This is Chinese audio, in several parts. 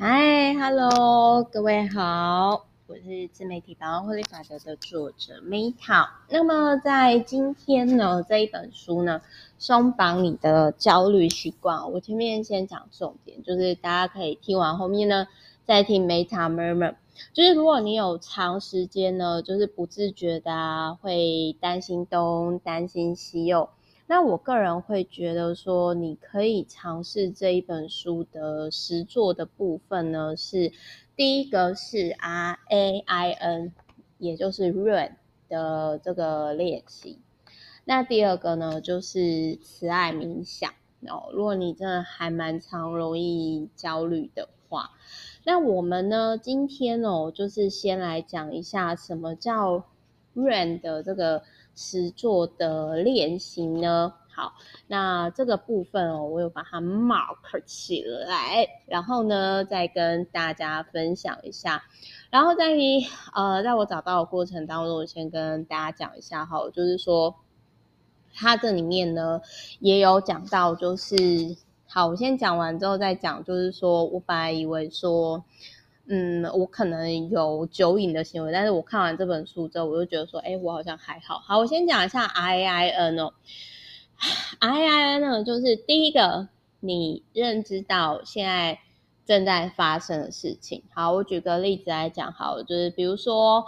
嗨，Hello，各位好，我是自媒体百万获利法则的作者 Meta。那么在今天呢，这一本书呢，松绑你的焦虑习惯。我前面先讲重点，就是大家可以听完后面呢，再听 Meta Murmur。就是如果你有长时间呢，就是不自觉的会担心东担心西右。那我个人会觉得说，你可以尝试这一本书的实作的部分呢，是第一个是 RAIN， 也就是 RAIN 的这个练习。那第二个呢，就是慈爱冥想如果你真的还蛮常容易焦虑的话，那我们呢今天就是先来讲一下什么叫 RAIN 的这个实作的练习呢。好，那这个部分我有把它 mark 起来，然后呢再跟大家分享一下。然后在我找到的过程当中，我先跟大家讲一下哈，就是说它这里面呢也有讲到，就是好，我先讲完之后再讲，就是说我本来以为说我可能有酒瘾的行为，但是我看完这本书之后，我就觉得说我好像还好。好，我先讲一下 RAIN RAIN 呢，就是第一个，你认知到现在正在发生的事情。好，我举个例子来讲好了，就是比如说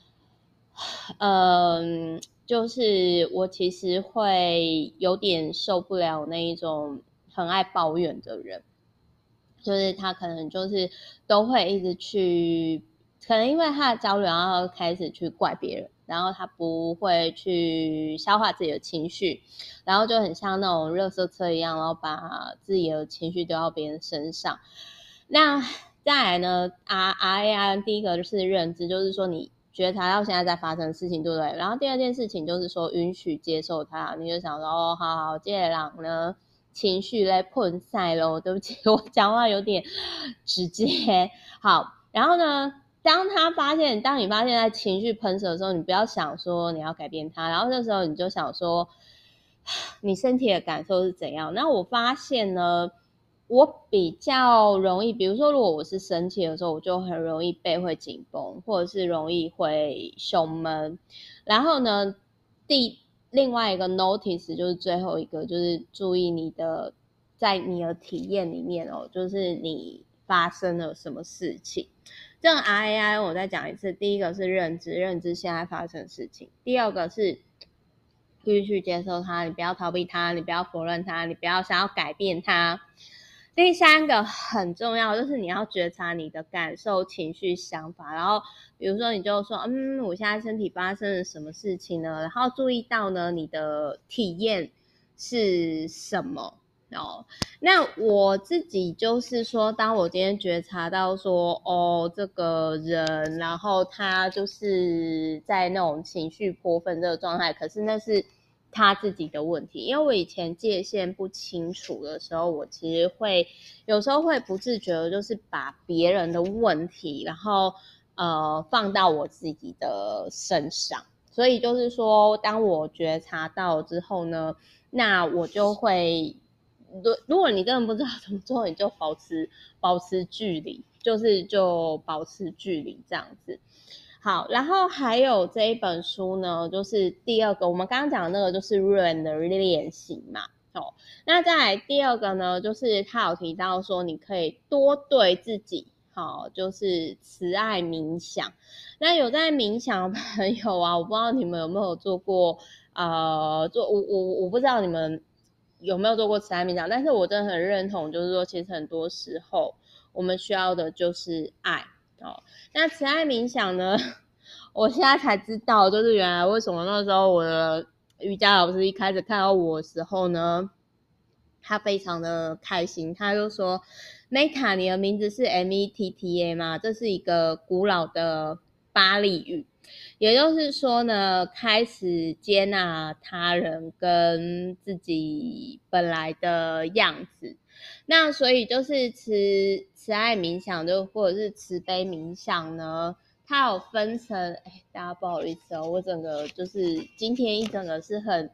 就是我其实会有点受不了那一种很爱抱怨的人，就是他可能就是都会一直去，可能因为他的焦虑，然后开始去怪别人，然后他不会去消化自己的情绪，然后就很像那种垃圾车一样，然后把自己的情绪丢到别人身上。那再来呢，RAIN 第一个就是认知，就是说你觉察到现在在发生的事情，对不对？然后第二件事情就是说允许接受它，你就想说好，这个人呢情绪在喷晒咯，对不起，我讲话有点直接。好，然后呢，当你发现在情绪喷射的时候，你不要想说你要改变它，然后这时候你就想说你身体的感受是怎样。那我发现呢，我比较容易，比如说如果我是生气的时候，我就很容易背会紧绷，或者是容易会胸闷。然后呢，另外一个 notice 就是最后一个，就是注意在你的体验里面就是你发生了什么事情。这个 RAI 我再讲一次，第一个是认知现在发生的事情，第二个是必须接受它，你不要逃避它，你不要否认它，你不要想要改变它。第三个很重要，就是你要觉察你的感受、情绪、想法，然后比如说你就说我现在身体发生了什么事情呢？然后注意到呢你的体验是什么那我自己就是说，当我今天觉察到说这个人，然后他就是在那种情绪波分这个状态，可是那是他自己的问题。因为我以前界限不清楚的时候，我其实有时候会不自觉的，就是把别人的问题，然后放到我自己的身上。所以就是说，当我觉察到之后呢，那我就会，如果你真的不知道怎么做，你就保持距离，就保持距离这样子。好，然后还有这一本书呢，就是第二个，我们刚刚讲的那个就是 RAIN 的练习嘛。那再来第二个呢，就是他有提到说，你可以多对自己，就是慈爱冥想。那有在冥想的朋友啊，我不知道你们有没有做过，我不知道你们有没有做过慈爱冥想，但是我真的很认同，就是说，其实很多时候我们需要的就是爱那慈爱冥想呢，我现在才知道，就是原来为什么那时候我的瑜伽老师一开始看到我的时候呢，他非常的开心，他就说 Meta 你的名字是 METTA 吗？这是一个古老的巴利语，也就是说呢，开始接纳他人跟自己本来的样子。那所以就是慈爱冥想，或者是慈悲冥想呢，它有分成，大家不好意思我整个就是今天一整个是很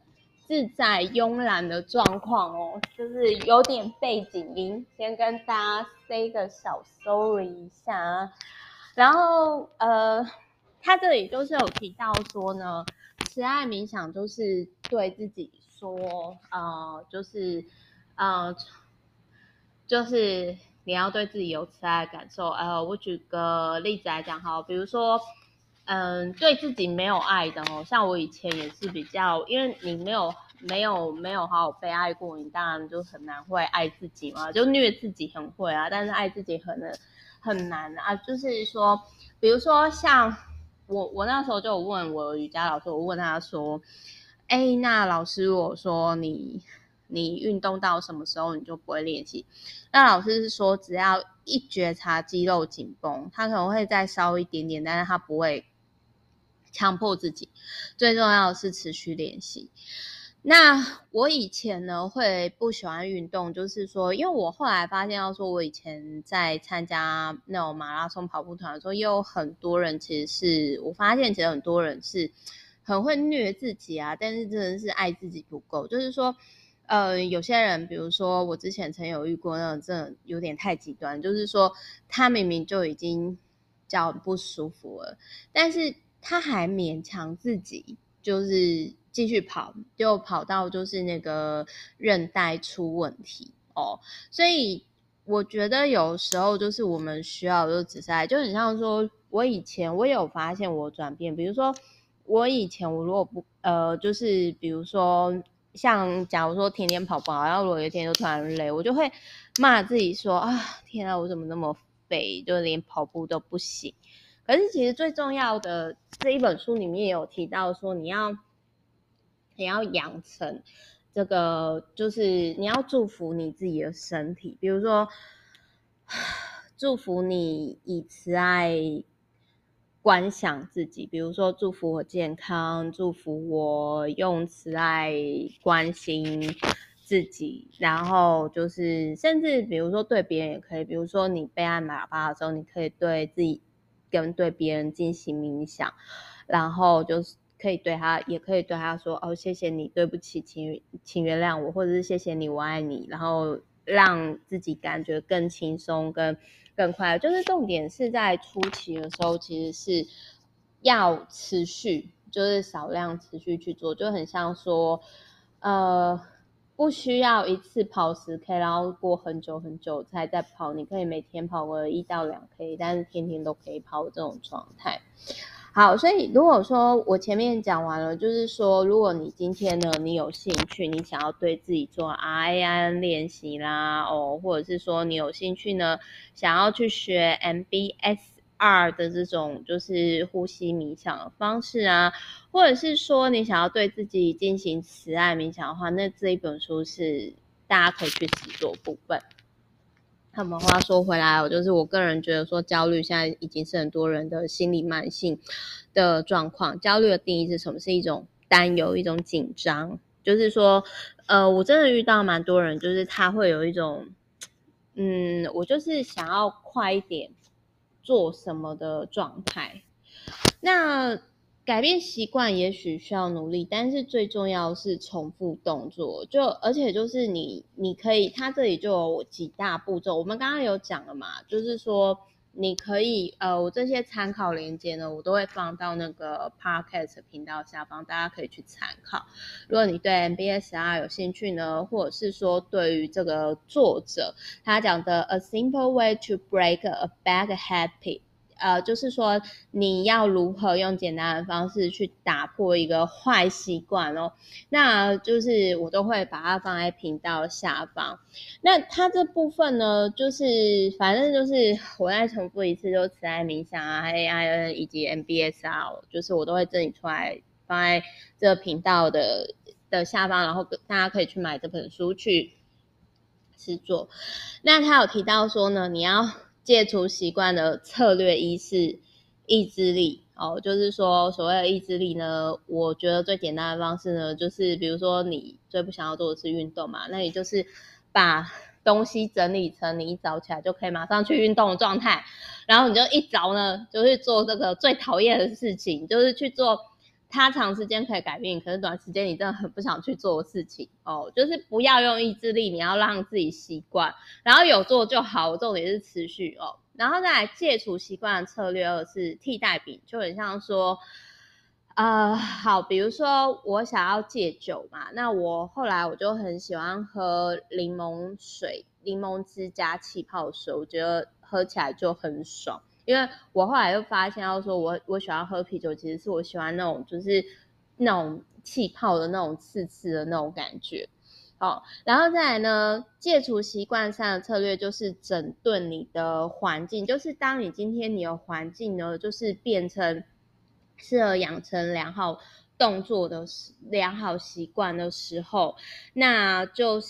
自在慵懒的状况哦，就是有点背景音，先跟大家 say 个小 sorry 一下。然后他这里就是有提到说呢，慈爱冥想就是对自己说，就是你要对自己有慈爱的感受。我举个例子来讲好，比如说，对自己没有爱的哦，像我以前也是比较，因为你没有好好被爱过，你当然就很难会爱自己嘛，就虐自己很会啊，但是爱自己很难啊。就是说，比如说像我那时候就有问我瑜伽老师，我问他说，那老师我说你运动到什么时候你就不会练习？那老师是说，只要一觉察肌肉紧绷，他可能会再烧一点点，但是他不会强迫自己。最重要的是持续练习。那我以前呢会不喜欢运动，就是说，因为我后来发现到说，我以前在参加那种马拉松跑步团的时候，也有很多人其实是我发现，其实很多人是很会虐自己啊，但是真的是爱自己不够，就是说。有些人，比如说我之前曾有遇过那种真的有点太极端，就是说他明明就已经脚很不舒服了，但是他还勉强自己就是继续跑，就跑到就是那个韧带出问题哦，所以我觉得有时候就是我们需要就只是爱，就很像说我以前我也有发现我转变，比如说我以前我如果不就是比如说像假如说天天跑步，然后如果有一天就突然累，我就会骂自己说啊，天啊，我怎么那么废，就连跑步都不行。可是其实最重要的这一本书里面也有提到说，你要养成这个，就是你要祝福你自己的身体，比如说祝福你以慈爱观想自己，比如说祝福我健康，祝福我用慈爱关心自己，然后就是甚至比如说对别人也可以，比如说你被按喇叭的时候，你可以对自己跟对别人进行冥想，然后就是可以对他，也可以对他说哦，谢谢你，对不起，请原谅我，或者是谢谢你，我爱你，然后让自己感觉更轻松，更快乐。就是重点是在初期的时候，其实是要持续，就是少量持续去做，就很像说，不需要一次跑10K，然后过很久很久才再跑，你可以每天跑个1到2K，但是天天都可以跑这种状态。好，所以如果说我前面讲完了，就是说，如果你今天呢，你有兴趣，你想要对自己做 RAIN 练习啦，或者是说你有兴趣呢，想要去学 MBSR 的这种就是呼吸冥想的方式啊，或者是说你想要对自己进行慈爱冥想的话，那这一本书是大家可以去实做部分。那么话说回来，就是我个人觉得说，焦虑现在已经是很多人的心理慢性的状况。焦虑的定义是什么？是一种担忧，一种紧张。就是说，我真的遇到蛮多人，就是他会有一种，我就是想要快一点做什么的状态。那改变习惯也许需要努力，但是最重要是重复动作。而且就是你可以，它这里就有几大步骤，我们刚刚有讲了嘛，就是说你可以我这些参考连结呢，我都会放到那个 podcast 频道下方，大家可以去参考。如果你对 MBSR 有兴趣呢，或者是说对于这个作者他讲的 A simple way to break a bad habit，就是说你要如何用简单的方式去打破一个坏习惯哦，那就是我都会把它放在频道下方。那它这部分呢，就是反正就是我再重复一次，就慈爱冥想啊、AIN 以及 MBSR，就是我都会整理出来放在这个频道的下方，然后大家可以去买这本书去制作。那他有提到说呢，你要戒除习惯的策略一是意志力哦，就是说所谓的意志力呢，我觉得最简单的方式呢，就是比如说你最不想要做的是运动嘛，那你就是把东西整理成你一早起来就可以马上去运动的状态，然后你就一早呢就去做这个最讨厌的事情，就是去做它长时间可以改变，可是短时间你真的很不想去做的事情哦，就是不要用意志力，你要让自己习惯，然后有做就好，重点是持续哦。然后再来戒除习惯的策略2是替代品，就很像说，好，比如说我想要戒酒嘛，那我后来我就很喜欢喝柠檬水、柠檬汁加气泡水，我觉得喝起来就很爽。因为我后来又发现到说我喜欢喝啤酒，其实是我喜欢那种就是那种气泡的那种刺刺的那种感觉。好，然后再来呢，戒除习惯上的策略就是整顿你的环境，就是当你今天你有环境呢，就是变成适合养成良好动作的良好习惯的时候，那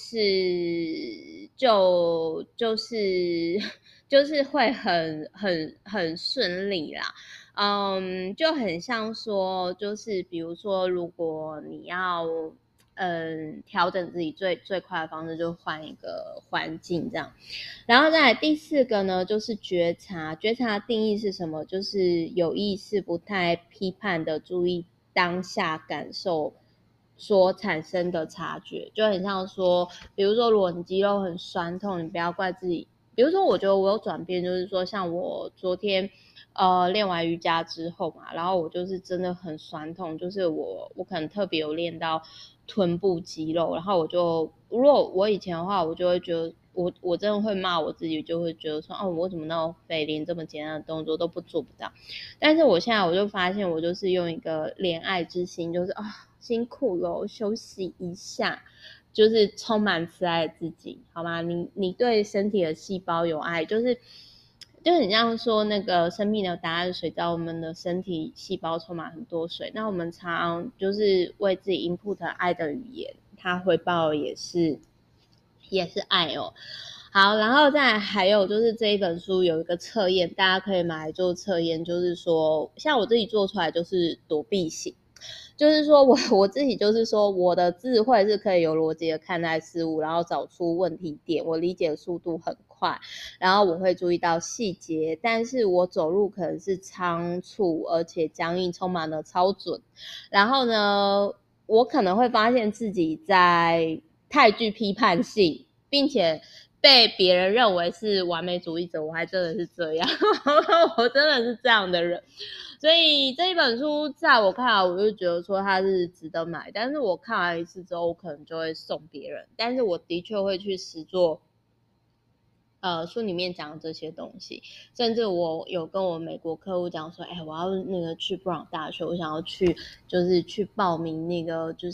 就是会很顺利啦。就很像说，就是比如说，如果你要调整自己最快的方式，就换一个环境这样。然后再来第4个呢，就是觉察。觉察的定义是什么？就是有意识、不太批判的注意当下感受所产生的察觉，就很像说，比如说，如果你肌肉很酸痛，你不要怪自己。比如说，我觉得我有转变，就是说，像我昨天练完瑜伽之后嘛，然后我就是真的很酸痛，就是我可能特别有练到臀部肌肉，然后如果我以前的话，我就会觉得我真的会骂我自己，就会觉得说，哦，我怎么那么废，连这么简单的动作都做不到。但是我现在我就发现，我就是用一个怜爱之心，就是辛苦了，休息一下。就是充满慈爱的自己，好吗？你对身体的细胞有爱，就很像说那个生命的答案水，在我们的身体细胞充满很多水，那我们常就是为自己 input 爱的语言，它回报也是爱哦。好，然后再来还有就是这一本书有一个测验，大家可以买来做测验，就是说像我自己做出来就是躲避型。就是说我自己就是说，我的智慧是可以有逻辑的看待事物，然后找出问题点，我理解的速度很快，然后我会注意到细节，但是我走路可能是仓促而且僵硬，充满了超准。然后呢，我可能会发现自己在太具批判性，并且被别人认为是完美主义者，我还真的是这样，我真的是这样的人。所以这一本书在我看来，我就觉得说它是值得买，但是我看完一次之后，我可能就会送别人，但是我的确会去实做书里面讲的这些东西，甚至我有跟我美国客户讲说，我要那个去布朗大学，我想要就是去报名那个就是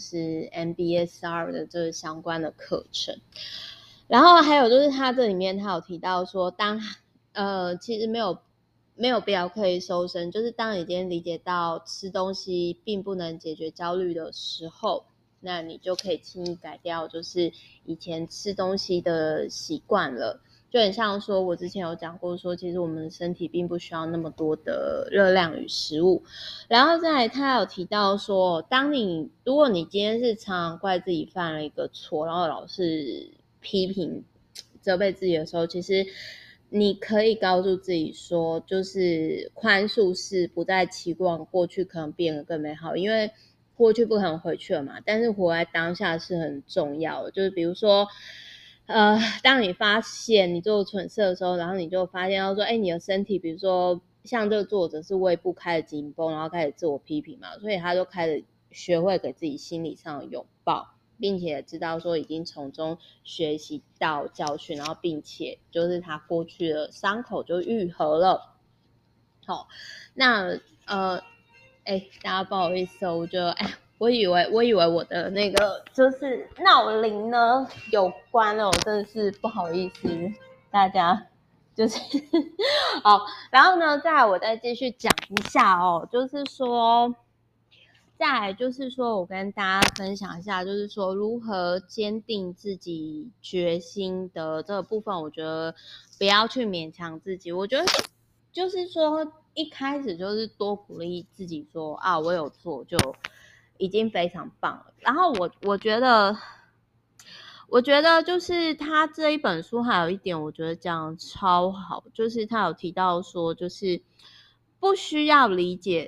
MBSR 的这个相关的课程。然后还有就是他这里面他有提到说，其实没有必要刻意瘦身，就是当你今天理解到吃东西并不能解决焦虑的时候，那你就可以轻易改掉就是以前吃东西的习惯了。就很像说我之前有讲过说，其实我们的身体并不需要那么多的热量与食物。然后再来他有提到说，如果你今天是常常怪自己犯了一个错，然后老是批评责备自己的时候，其实你可以告诉自己说，就是宽恕是不再期望过去可能变得更美好，因为过去不可能回去了嘛，但是活在当下是很重要的。就是比如说当你发现你做蠢事的时候，然后你就发现到说，你的身体比如说像这个作者是胃部开始紧绷，然后开始自我批评嘛，所以他就开始学会给自己心理上的拥抱，并且知道说已经从中学习到教训，然后并且就是他过去的伤口就愈合了。好，那大家不好意思哦，我以为我的那个就是闹铃呢有关了，我真的是不好意思大家，就是好，然后呢，再来我再继续讲一下哦，就是说。再来就是说我跟大家分享一下，就是说如何坚定自己决心的这个部分，我觉得不要去勉强自己。我觉得就是说一开始就是多鼓励自己说啊，我有做就已经非常棒了。然后我觉得就是他这一本书还有一点，我觉得讲超好，就是他有提到说，就是不需要理解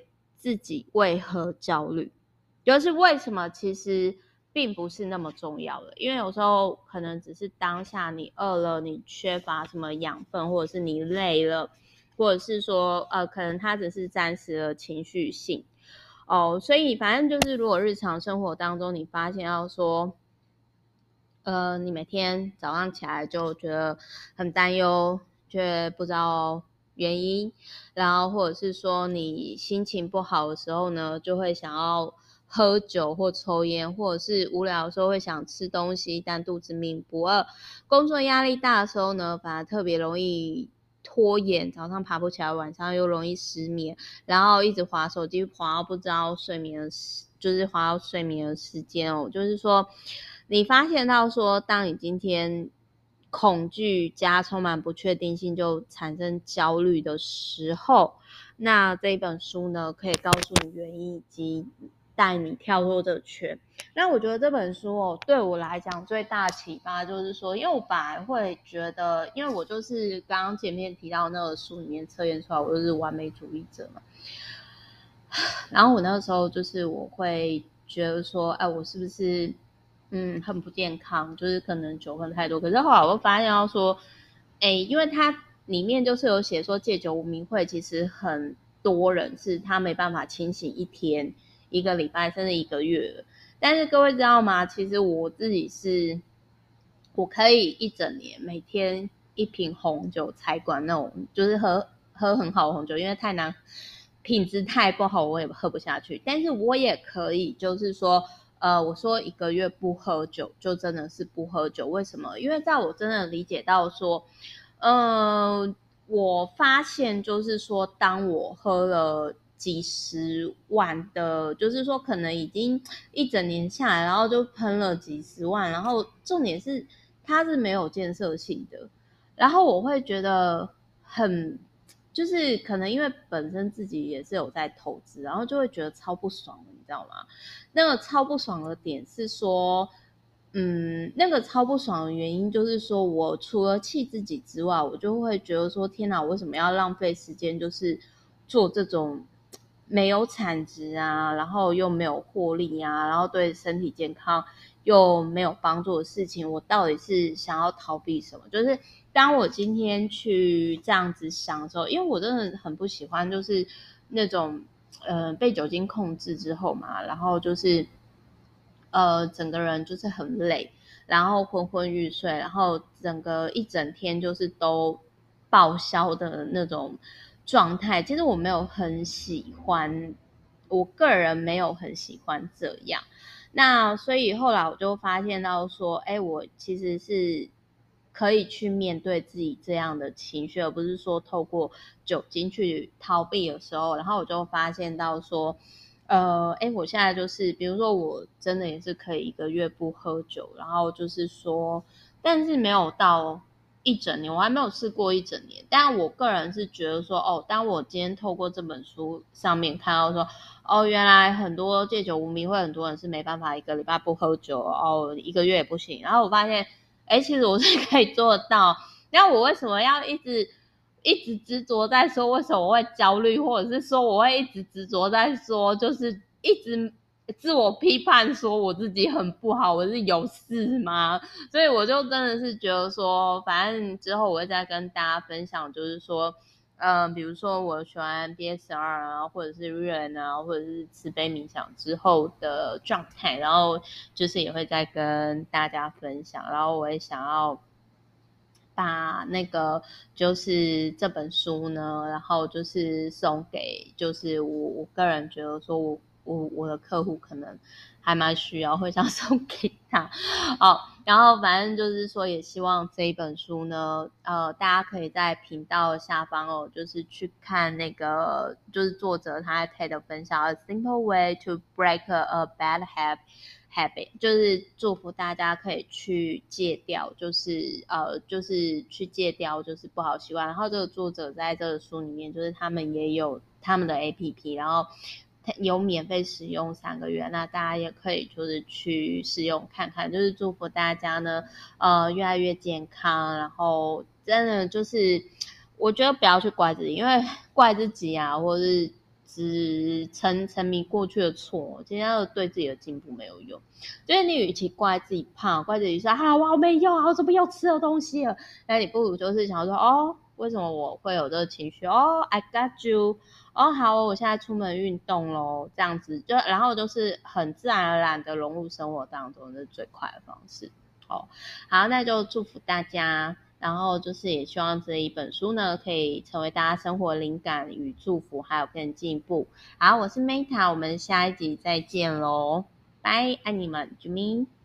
自己为何焦虑，就是为什么其实并不是那么重要的，因为有时候可能只是当下你饿了，你缺乏什么养分，或者是你累了，或者是说可能它只是暂时的情绪性所以反正就是如果日常生活当中你发现要说你每天早上起来就觉得很担忧，却不知道原因，然后或者是说你心情不好的时候呢，就会想要喝酒或抽烟，或者是无聊的时候会想吃东西，但肚子命不饿。工作压力大的时候呢，反而特别容易拖延，早上爬不起来，晚上又容易失眠，然后一直滑手机，滑到不知道睡眠的就是滑到睡眠的时间就是说你发现到说，当你今天恐惧加充满不确定性就产生焦虑的时候，那这一本书呢，可以告诉你原因以及带你跳脱这个圈。那我觉得这本书对我来讲最大的启发就是说，因为我本来会觉得，因为我就是刚刚前面提到那个书里面测验出来，我就是完美主义者嘛。然后我那个时候就是我会觉得说，我是不是很不健康，就是可能酒喝太多。可是后来我发现到说，因为它里面就是有写说戒酒无名会，其实很多人是他没办法清醒一天、一个礼拜甚至一个月。但是各位知道吗？其实我自己是，我可以一整年每天一瓶红酒才管那种，就是喝很好的红酒，因为太难，品质太不好，我也喝不下去。但是我也可以，就是说，我说一个月不喝酒，就真的是不喝酒。为什么？因为在我真的理解到说，我发现就是说，当我喝了几十万的，就是说可能已经一整年下来，然后就喷了几十万，然后重点是它是没有建设性的，然后我会觉得就是可能因为本身自己也是有在投资，然后就会觉得超不爽的，你知道吗？那个超不爽的点是说，那个超不爽的原因就是说，我除了气自己之外，我就会觉得说，天哪，我为什么要浪费时间，就是做这种没有产值啊，然后又没有获利啊，然后对身体健康又没有帮助的事情，我到底是想要逃避什么？就是当我今天去这样子想的时候，因为我真的很不喜欢，就是那种被酒精控制之后嘛，然后就是整个人就是很累，然后昏昏欲睡，然后整个一整天就是都报销的那种状态。其实我没有很喜欢，我个人没有很喜欢这样。那所以后来我就发现到说，我其实是可以去面对自己这样的情绪，而不是说透过酒精去逃避的时候，然后我就发现到说，我现在就是比如说我真的也是可以一个月不喝酒，然后就是说，但是没有到一整年，我还没有试过一整年。但我个人是觉得说，当我今天透过这本书上面看到说，原来很多戒酒无名会很多人是没办法一个礼拜不喝酒，一个月也不行。然后我发现，其实我是可以做得到。那我为什么要一直执着在说为什么我会焦虑，或者是说我会一直执着在说，就是一直自我批判说我自己很不好，我是有事吗？所以我就真的是觉得说，反正之后我会再跟大家分享，就是说，比如说我喜欢 BSR 啊，或者是 REM 啊，或者是慈悲冥想之后的状态，然后就是也会再跟大家分享，然后我也想要把那个就是这本书呢，然后就是送给就是我个人觉得说我的客户可能还蛮需要，会想送给他。然后反正就是说也希望这一本书呢，大家可以在频道下方就是去看那个就是作者他在 TED 分享 A Simple Way to Break a Bad Habit，就是祝福大家可以去戒掉，就是去戒掉就是不好习惯。然后这个作者在这个书里面，就是他们也有他们的 APP， 然后有免费使用3个月，那大家也可以就是去试用看看，就是祝福大家呢，越来越健康，然后真的就是我觉得不要去怪自己，因为怪自己啊，或是只沉迷过去的错，今天要对自己的进步没有用。就是你与其怪自己胖，怪自己说我好没用啊，我怎么又吃了东西了，那你不如就是想说为什么我会有这个情绪？I got you。好，我现在出门运动咯，这样子然后就是很自然而然的融入生活当中，这是最快的方式。好，那就祝福大家。然后就是也希望这一本书呢，可以成为大家生活灵感与祝福，还有更进步。好，我是 Meta，我们下一集再见咯，拜，爱你们，啾咪。